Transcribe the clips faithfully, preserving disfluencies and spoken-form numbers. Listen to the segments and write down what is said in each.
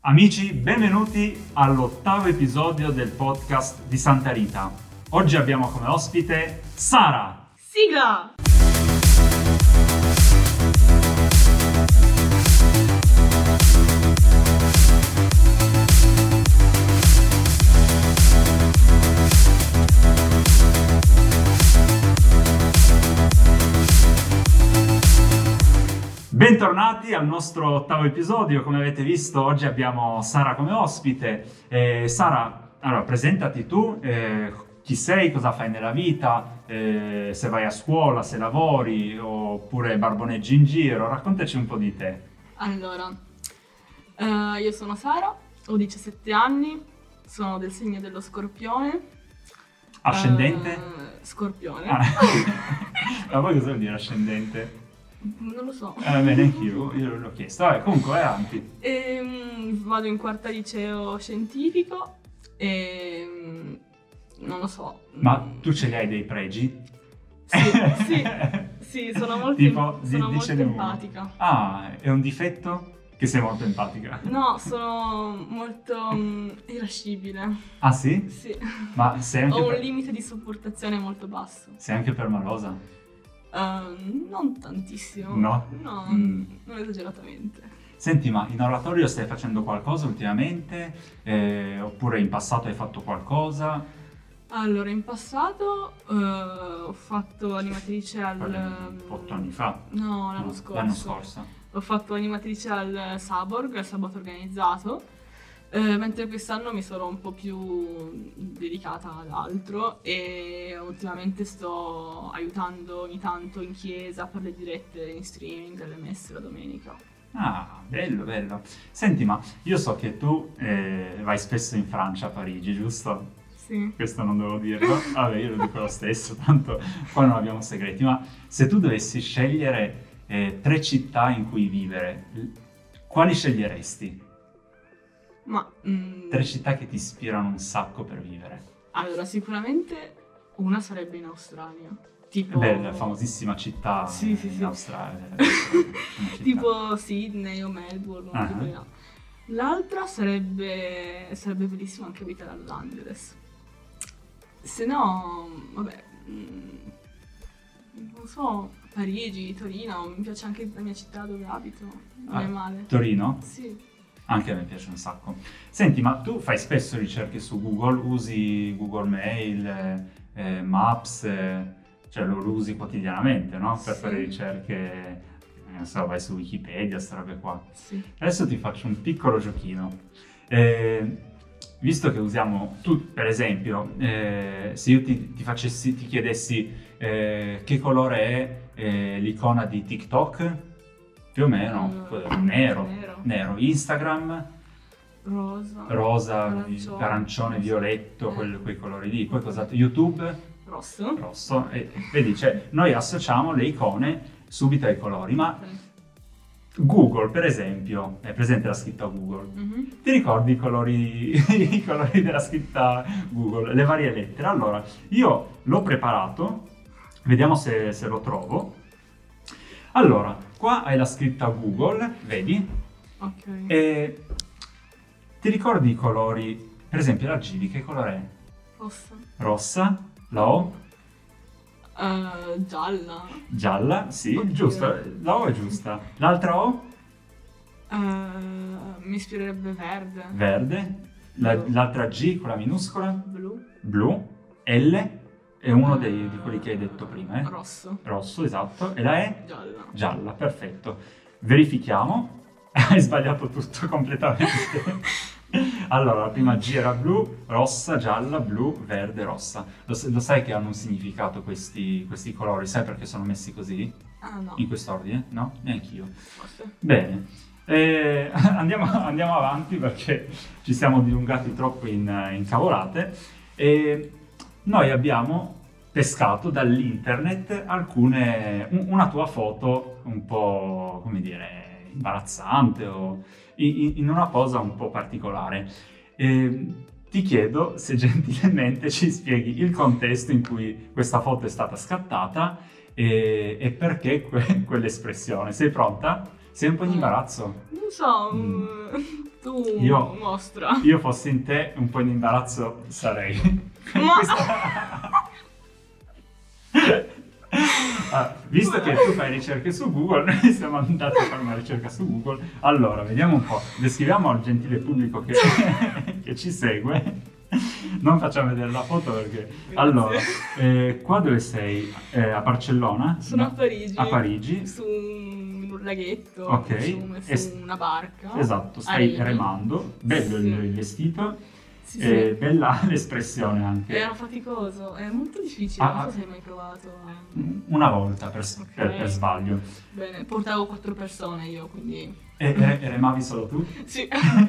Amici, benvenuti all'ottavo episodio del podcast di Santa Rita. Oggi abbiamo come ospite Sara. Sigla! Bentornati al nostro ottavo episodio. Come avete visto, oggi abbiamo Sara come ospite. Eh, Sara, allora presentati tu, eh, chi sei, cosa fai nella vita, eh, se vai a scuola, se lavori oppure barboneggi in giro, raccontaci un po' di te. Allora, uh, io sono Sara, ho diciassette anni, sono del segno dello Scorpione. Ascendente? Uh, scorpione. Ah. Ma poi cosa vuol dire ascendente? Non lo so. Eh, bene, anch'io, io l'ho chiesto. Vabbè, comunque, vai avanti. E, vado in quarta liceo scientifico e non lo so. Ma tu ce li hai dei pregi? Sì, sì, sì, sono molto, tipo, sono di, molto empatica. Uno. Ah, è un difetto? Che sei molto empatica? No, sono molto um, irascibile. Ah sì? Sì. Ma sei anche Ho per... un limite di sopportazione molto basso. Sei anche permalosa? Uh, non tantissimo. No? No, Mm. non esageratamente. Senti, ma in oratorio stai facendo qualcosa ultimamente? Eh, oppure in passato hai fatto qualcosa? Allora, in passato uh, ho fatto animatrice al... Un po' anni fa? No, l'anno No, scorso. L'anno scorso. Ho fatto animatrice al Saborg, al Sabato Organizzato, eh, mentre quest'anno mi sono un po' più dedicata ad altro e ultimamente sto aiutando ogni tanto in chiesa per le dirette in streaming delle messe la domenica. Ah, bello, bello. Senti, ma io so che tu eh, vai spesso in Francia, a Parigi, giusto? Sì. Questo non devo dirlo. Vabbè, io lo dico lo stesso, tanto qua non abbiamo segreti. Ma se tu dovessi scegliere eh, tre città in cui vivere, quali sceglieresti? Ma... Mm, Tre città che ti ispirano un sacco per vivere. allora, sicuramente una sarebbe in Australia. Tipo... Beh, la famosissima città Sì, eh, sì, in sì. Australia. Una città. tipo Sydney o Melbourne, Ah. tipo di là. L'altra sarebbe sarebbe bellissimo anche abitare a Los Angeles. Se no, vabbè, mm, non so, Parigi, Torino, mi piace anche la mia città dove abito, non è Ah, male. Torino? Sì. Anche a me piace un sacco. Senti, ma tu fai spesso ricerche su Google? Usi Google Mail, eh, eh, Maps, eh, cioè lo usi quotidianamente, no? Per Sì. fare ricerche, eh, non so, vai su Wikipedia, queste robe qua. Sì. Adesso ti faccio un piccolo giochino. Eh, visto che usiamo, tu per esempio, eh, se io ti, ti facessi, ti chiedessi eh, che colore è eh, l'icona di TikTok, più o meno, Eh, nero, nero. nero, Instagram, Rosa. rosa, Arancione. arancione, violetto, Eh. quel- quei colori lì. Poi cos'altro? YouTube, Rosso. rosso. E, vedi, cioè, noi associamo le icone subito ai colori, ma Ok. Google, per esempio, è presente la scritta Google? Mhm. Ti ricordi i colori, i colori della scritta Google, le varie lettere? Allora, io l'ho preparato, vediamo se, se lo trovo. Allora, qua hai la scritta Google, vedi? Ok. E ti ricordi i colori? Per esempio la G di che colore è? Rossa. Rossa, la O, Eh, gialla. gialla, sì, Oddio. giusto, la O è giusta. L'altra O, Eh, mi ispirerebbe verde. verde. La- Blu. l'altra G, quella minuscola, Blu. blu. L è uno dei, di quelli che hai detto prima, eh? Rosso. Rosso, esatto. E la E? Gialla. Gialla, perfetto. Verifichiamo. Hai sbagliato tutto completamente. Allora, la prima G era blu, rossa, gialla, blu, verde, rossa. Lo, s- lo sai che hanno un significato questi, questi colori? Sai perché sono messi così? Ah no. In quest'ordine? No? Neanch'io. Forse. Bene. Eh, andiamo, andiamo avanti perché ci siamo dilungati troppo in, in cavolate. E noi abbiamo pescato dall'internet alcune, un- una tua foto un po', come dire, imbarazzante o in, in una posa un po' particolare. E ti chiedo se gentilmente ci spieghi il contesto in cui questa foto è stata scattata e, e perché que- quell'espressione. Sei pronta? Sei un po' in imbarazzo? Non so, Mm. mm, Tu Io- mostra. Io fossi in te un po' in imbarazzo sarei. Ma- Ah, visto che tu fai ricerche su Google, noi siamo andati a fare una ricerca su Google. Allora, vediamo un po'. Descriviamo al gentile pubblico che, che ci segue. Non facciamo vedere la foto perché... Grazie. Allora, eh, qua dove sei? Eh, a Barcellona? Sono No? a Parigi. A Parigi. Su un, un laghetto. Ok. Su, su E s- una barca. Esatto, a stai Rimini. remando. Bello il, Sì. il vestito. Sì, E sì. bella l'espressione anche. Era faticoso, è molto difficile, Ah, non ah. so se hai mai provato. Una volta per, s- Ok. per- per sbaglio. Bene, portavo quattro persone io, quindi... E, e, e remavi solo tu? Sì.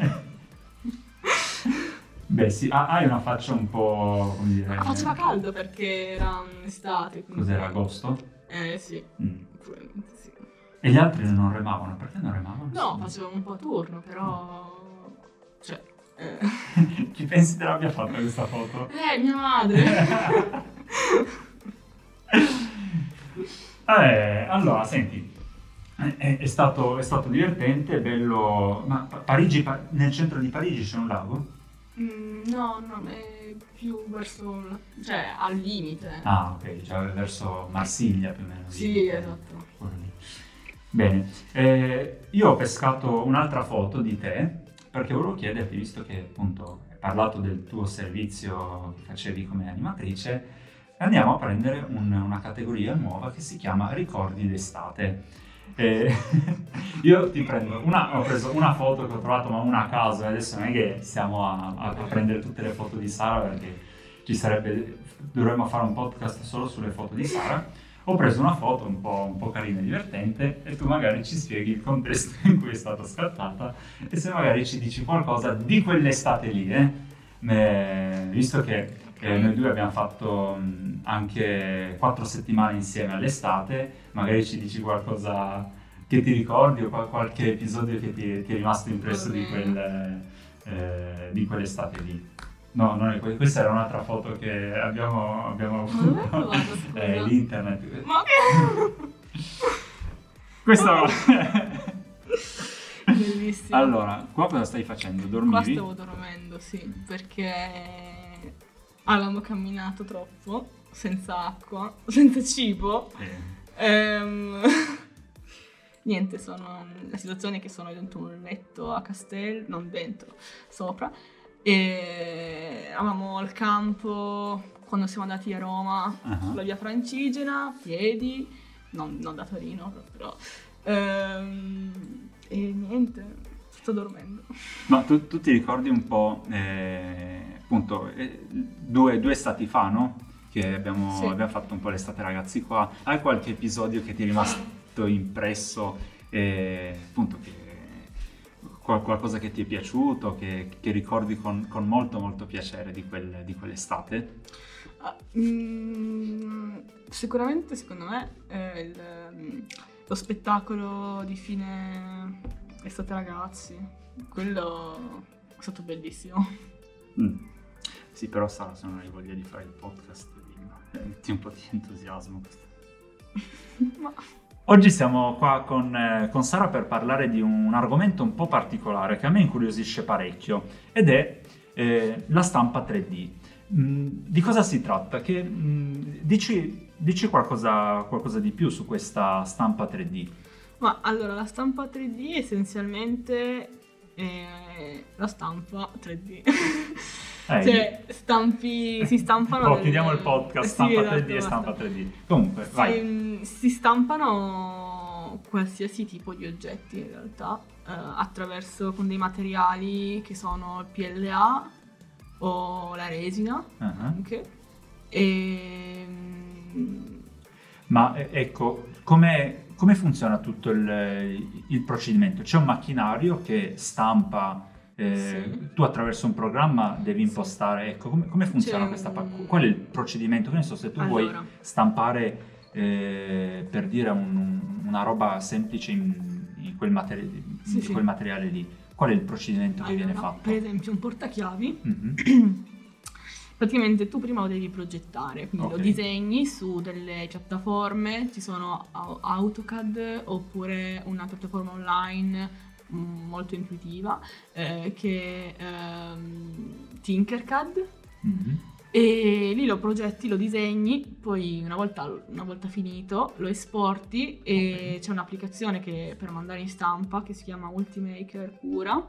Beh sì, ha- hai una faccia un po', come dire... Faceva caldo perché era estate, quindi... Cos'era, agosto? Eh sì, Mm. probabilmente sì. E gli altri non remavano? Perché non remavano? No, facevamo un po' a turno, però... Cioè... Eh, Chi pensi te l'abbia fatta questa foto? eh mia madre! Eh, allora, senti, è, è stato, è stato divertente, bello... Ma Pa- Parigi, Pa- nel centro di Parigi c'è un lago? Mm, no, no, è più verso... la- cioè, al limite. Ah, ok, cioè verso Marsiglia più o meno. Sì, lì. esatto. Quello lì. Bene, eh, io ho pescato un'altra foto di te perché volevo chiederti, visto che appunto hai parlato del tuo servizio che facevi come animatrice, andiamo a prendere un- una categoria nuova che si chiama Ricordi d'estate. Eh, io ti prendo una, ho preso una foto che ho trovato, ma una a caso, e adesso non è che stiamo a, a- a prendere tutte le foto di Sara perché ci sarebbe, dovremmo fare un podcast solo sulle foto di Sara. Ho preso una foto un po', un po' carina e divertente e tu magari ci spieghi il contesto in cui è stata scattata e se magari ci dici qualcosa di quell'estate lì, eh? Eh, visto che eh, noi due abbiamo fatto mh, anche quattro settimane insieme all'estate, magari ci dici qualcosa che ti ricordi o qual- qualche episodio che ti, ti è rimasto impresso di, quel, eh, di quell'estate lì. No, non è que- questa era un'altra foto che abbiamo, abbiamo Ma dove hai avuto. trovato, scusa? Eh, l'internet. Ma Questa Bellissimo. Allora, qua cosa stai facendo? Qua Dormivi? stavo dormendo, sì, perché avevamo camminato troppo, senza acqua, senza cibo. Eh, Ehm, Niente, sono... la situazione è che sono dentro un letto a Castello, non dentro, sopra. E eravamo al campo quando siamo andati a Roma, Ah. sulla via Francigena, a piedi, non, non da Torino, però. Ehm, e niente, sto dormendo. Ma tu, tu ti ricordi un po', eh, appunto, eh, due, due estati fa, no? Che abbiamo, Sì. abbiamo fatto un po' l'estate ragazzi qua. Hai qualche episodio che ti è rimasto impresso, eh, appunto, che, qual- qualcosa che ti è piaciuto, che, che ricordi con, con molto molto piacere di, quel- di quell'estate? Ah, mm, sicuramente, secondo me, eh, il, mm, lo spettacolo di fine estate ragazzi, quello è stato bellissimo. Mm. Sì, però Sara, se non hai voglia di fare il podcast, eh, metti un po' di entusiasmo. Ma Oggi siamo qua con, eh, con Sara per parlare di un argomento un po' particolare che a me incuriosisce parecchio ed è eh, la stampa tre D. Mm, di cosa si tratta? Che, mm, dici dici qualcosa, qualcosa di più su questa stampa tre D? Ma allora, la stampa tre D essenzialmente è la stampa tre D. Eh, Cioè, stampi, si stampano... Oh, delle- chiudiamo il podcast, Sì, stampa esatto, tre D e basta. stampa tre D. Comunque, vai. Si, si stampano qualsiasi tipo di oggetti in realtà, eh, attraverso con dei materiali che sono il P L A o la resina Ah, anche. E... Ma eh, ecco, come, come funziona tutto il, il procedimento? C'è un macchinario che stampa, eh, Sì. tu attraverso un programma devi impostare, ecco, come, come funziona C'è questa un- parte? Qual è il procedimento? Che ne so, se tu vuoi Allora. stampare, eh, per dire, un- una roba semplice in, in quel, materi- Sì, in sì. quel materiale lì, qual è il procedimento che viene Allora, fatto? per esempio un portachiavi, Mhm. praticamente tu prima lo devi progettare, quindi Ok. lo disegni su delle piattaforme, ci sono Au- AutoCAD oppure una piattaforma online mm, molto intuitiva, eh, che è ehm, Tinkercad. Mhm. E lì lo progetti, lo disegni, poi una volta, una volta finito lo esporti e Ok. c'è un'applicazione che per mandare in stampa che si chiama Ultimaker Cura,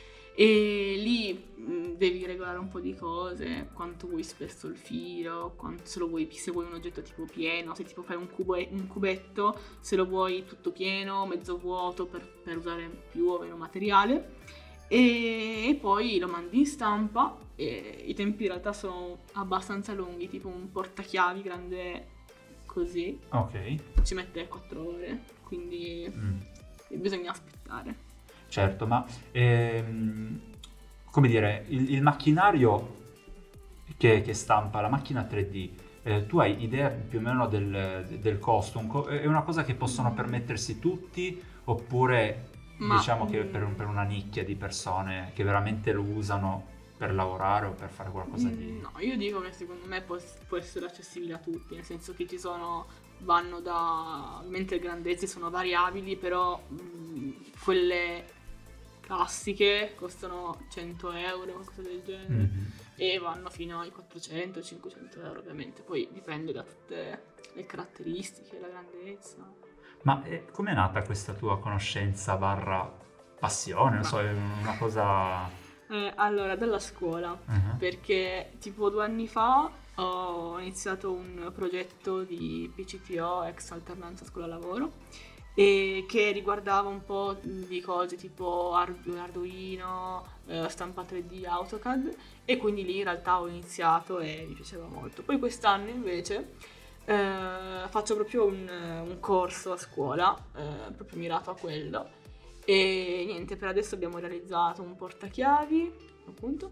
e lì mh, devi regolare un po' di cose, quanto vuoi spesso il filo, quanto, se lo vuoi, se vuoi un oggetto tipo pieno, se tipo fai un, cubo, un cubetto, se lo vuoi tutto pieno, mezzo vuoto per, per usare più o meno materiale. E, e poi lo mandi in stampa e i tempi in realtà sono abbastanza lunghi, tipo un portachiavi grande così, Ok. ci mette quattro ore, quindi Mm. bisogna aspettare. Certo, ma ehm, come dire, il, il macchinario che, che stampa la macchina tre D, eh, tu hai idea più o meno del, del costo? Un co- è una cosa che possono permettersi tutti oppure Ma, diciamo che mm, per, un- per una nicchia di persone che veramente lo usano per lavorare o per fare qualcosa di... Mm, No, io dico che secondo me può, può essere accessibile a tutti, nel senso che ci sono, vanno da, ovviamente le grandezze sono variabili, però mm, quelle classiche costano cento euro, qualcosa del genere, Mhm. e vanno fino ai quattrocento cinquecento euro ovviamente, poi dipende da tutte le caratteristiche, la grandezza. Ma eh, com'è nata questa tua conoscenza barra passione? Non so, è una cosa... Eh, allora, dalla scuola, Mhm. perché tipo due anni fa ho iniziato un progetto di P C T O, ex alternanza scuola-lavoro, e che riguardava un po' di cose tipo Ar- Arduino, eh, stampa tre D, AutoCAD, e quindi lì in realtà ho iniziato e mi piaceva molto. Poi quest'anno invece eh, faccio proprio un, un corso a scuola, eh, proprio mirato a quello. E niente, per adesso abbiamo realizzato un portachiavi, appunto,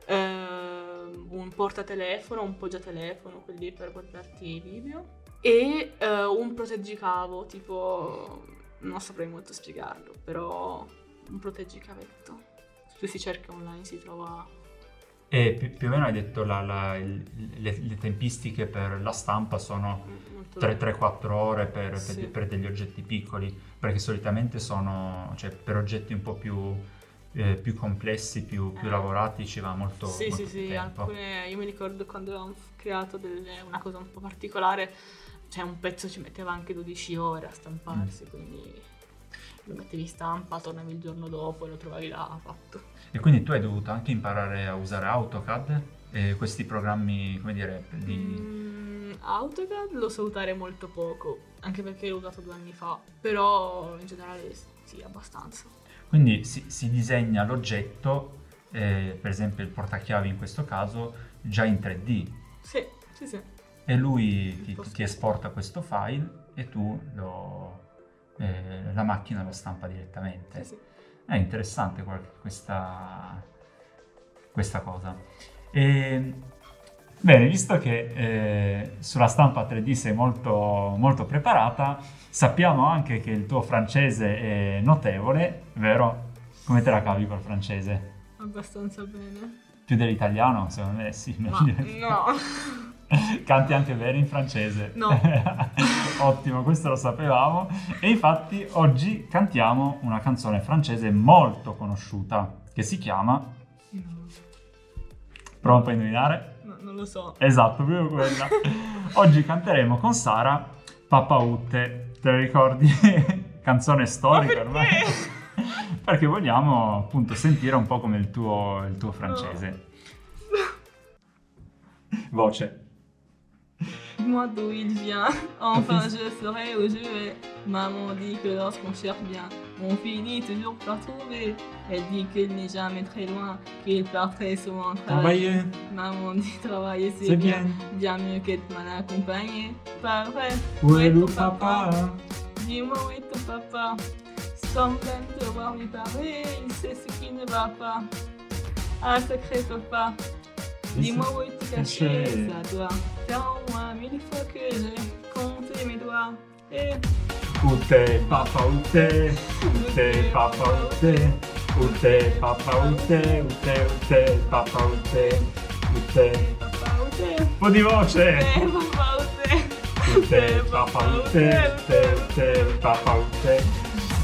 ehm, un portatelefono, un poggiatelefono, quelli per guardarti i video, e eh, un proteggicavo, tipo, non saprei molto spiegarlo, però un proteggicavetto. Se si cerca online si trova. E più, più o meno hai detto la- la- il- le, le tempistiche per la stampa sono molto tre quattro ore per, per Sì. de- per degli oggetti piccoli, perché solitamente sono, cioè per oggetti un po' più, eh, più complessi, più, più Eh. lavorati ci va molto, Sì, molto sì, più sì, tempo. alcune, io mi ricordo quando avevamo creato delle- una cosa un po' particolare, cioè un pezzo ci metteva anche dodici ore a Mm. stamparsi, quindi lo mettevi in stampa, tornavi il giorno dopo e lo trovavi là fatto. E quindi tu hai dovuto anche imparare a usare AutoCAD e questi programmi, come dire, di... Mm, AutoCAD lo so usare molto poco, anche perché l'ho usato due anni fa, però in generale sì, abbastanza. Quindi si, si disegna l'oggetto, eh, per esempio il portachiavi in questo caso, già in tre D Sì, sì, sì. e lui ti, Posso- ti esporta questo file e tu lo, eh, la macchina lo stampa direttamente. Sì, sì. È interessante qual- questa, questa cosa. E, bene, visto che eh, sulla stampa tre D sei molto, molto preparata, sappiamo anche che il tuo francese è notevole, vero? Come te la cavi col francese? Abbastanza bene. Più dell'italiano? Secondo me sì, Ma meglio. no. Canti anche bene in francese? No. Ottimo, questo lo sapevamo. E infatti oggi cantiamo una canzone francese molto conosciuta che si chiama... No, Pronto a indovinare? no, non lo so. Esatto, proprio quella. Oggi canteremo con Sara Papa Utte. Te la ricordi? Canzone storica ormai. Perché vogliamo appunto sentire un po' come il tuo, il tuo francese. Voce. Dis-moi d'où il vient, enfin je saurai où je vais. Maman dit que lorsqu'on cherche bien, on finit toujours par trouver. Elle dit qu'il n'est jamais très loin, qu'il part très souvent travailler. Maman dit travailler c'est C'est bien, bien. bien mieux qu'être mal accompagné. Pas vrai? Où est le papa? Dis-moi où est ton papa? Sans peine de voir lui parler, il sait ce qui ne va pas. Ah sacré papa, dis-moi où es-tu caché? Ça doit faire au moins mille fois que j'ai compté mes doigts. Et Utte, papa utte, utte, papa utte, utte, papa utte, utte, utte, papa utte, utte. papa où t'es? Un po' di voce! Eh, papa où t'es? Utte, papa utte, utte, utte, papa utte,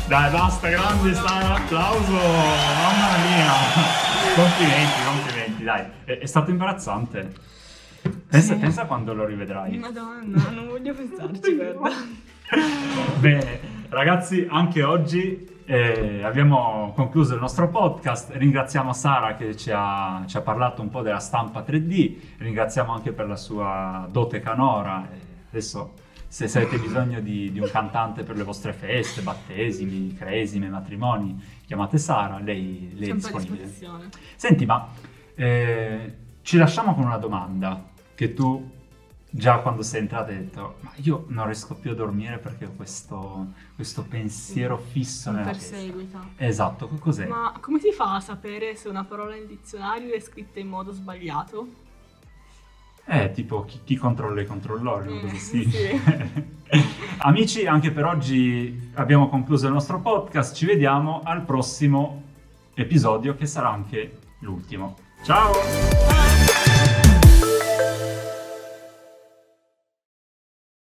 Dai, basta, grande, sta un applauso, mamma mia. Complimenti, complimenti, dai. È, è stato imbarazzante. Pensa, Sì. pensa quando lo rivedrai. Madonna, non voglio pensarci, guarda. Bene, ragazzi, anche oggi eh, abbiamo concluso il nostro podcast. Ringraziamo Sara che ci ha, ci ha parlato un po' della stampa tre D, ringraziamo anche per la sua dote canora. Adesso, se avete bisogno di, di un cantante per le vostre feste, battesimi, cresime, matrimoni, chiamate Sara, lei, lei è Sempre a disponibile. disposizione. Senti, ma eh, ci lasciamo con una domanda che tu già quando sei entrata hai detto: ma io non riesco più a dormire perché ho questo, questo pensiero fisso Un nella testa. perseguita. Esatto, che cos'è? Ma come si fa a sapere se una parola nel dizionario è scritta in modo sbagliato? Eh, tipo chi, chi controlla i controllori, una Mm, cosa sì. sì. Amici, anche per oggi abbiamo concluso il nostro podcast. Ci vediamo al prossimo episodio, che sarà anche l'ultimo. Ciao!